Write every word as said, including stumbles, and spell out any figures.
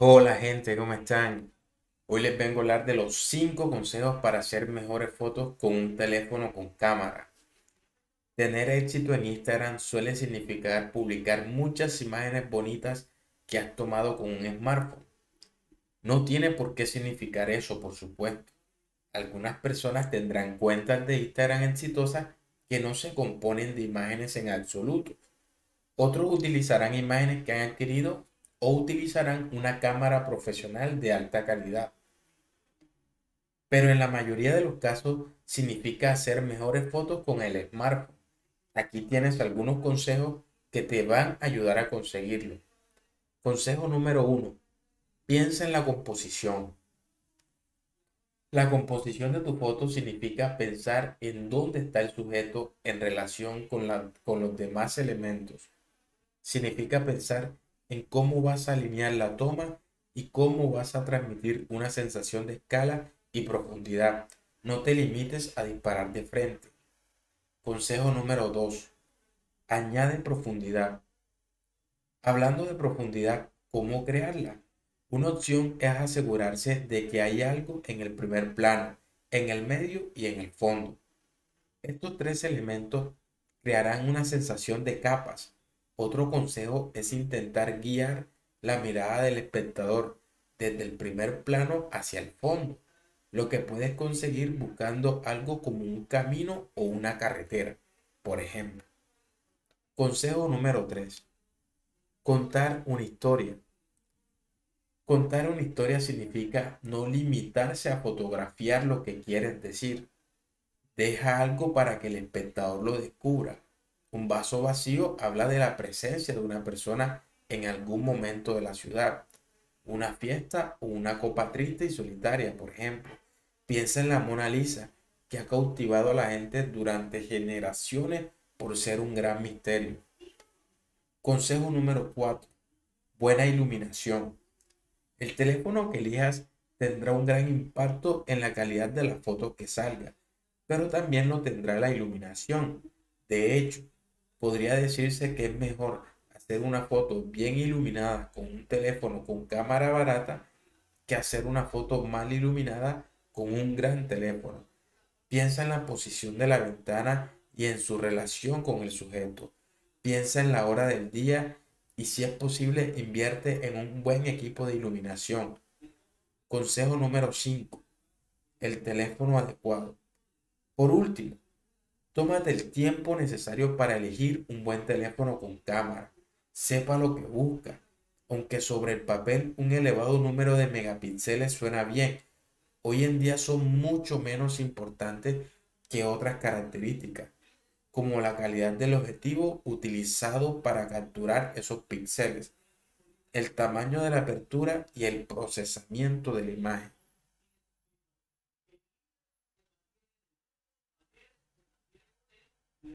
Hola gente, ¿cómo están? Hoy les vengo a hablar de los cinco consejos para hacer mejores fotos con un teléfono con cámara. Tener éxito en Instagram suele significar publicar muchas imágenes bonitas que has tomado con un smartphone. No tiene por qué significar eso, por supuesto. Algunas personas tendrán cuentas de Instagram exitosas que no se componen de imágenes en absoluto. Otros utilizarán imágenes que han adquirido o utilizarán una cámara profesional de alta calidad. Pero en la mayoría de los casos significa hacer mejores fotos con el smartphone. Aquí tienes algunos consejos que te van a ayudar a conseguirlo. Consejo número uno, piensa en la composición. La composición de tu foto significa pensar en dónde está el sujeto en relación con la- con los demás elementos. Significa pensar en cómo vas a alinear la toma y cómo vas a transmitir una sensación de escala y profundidad. No te limites a disparar de frente. Consejo número dos. Añade profundidad. Hablando de profundidad, ¿cómo crearla? Una opción es asegurarse de que hay algo en el primer plano, en el medio y en el fondo. Estos tres elementos crearán una sensación de capas. Otro consejo es intentar guiar la mirada del espectador desde el primer plano hacia el fondo, lo que puedes conseguir buscando algo como un camino o una carretera, por ejemplo. Consejo número tres. Contar una historia. Contar una historia significa no limitarse a fotografiar lo que quieres decir. Deja algo para que el espectador lo descubra. Un vaso vacío habla de la presencia de una persona en algún momento de la ciudad. Una fiesta o una copa triste y solitaria, por ejemplo. Piensa en la Mona Lisa, que ha cautivado a la gente durante generaciones por ser un gran misterio. Consejo número cuatro. Buena iluminación. El teléfono que elijas tendrá un gran impacto en la calidad de la foto que salga, pero también lo tendrá la iluminación. De hecho, podría decirse que es mejor hacer una foto bien iluminada con un teléfono con cámara barata que hacer una foto mal iluminada con un gran teléfono. Piensa en la posición de la ventana y en su relación con el sujeto. Piensa en la hora del día y si es posible invierte en un buen equipo de iluminación. Consejo número cinco. El teléfono adecuado. Por último, tómate el tiempo necesario para elegir un buen teléfono con cámara. Sepa lo que busca. Aunque sobre el papel un elevado número de megapíxeles suena bien, hoy en día son mucho menos importantes que otras características, como la calidad del objetivo utilizado para capturar esos píxeles, el tamaño de la apertura y el procesamiento de la imagen.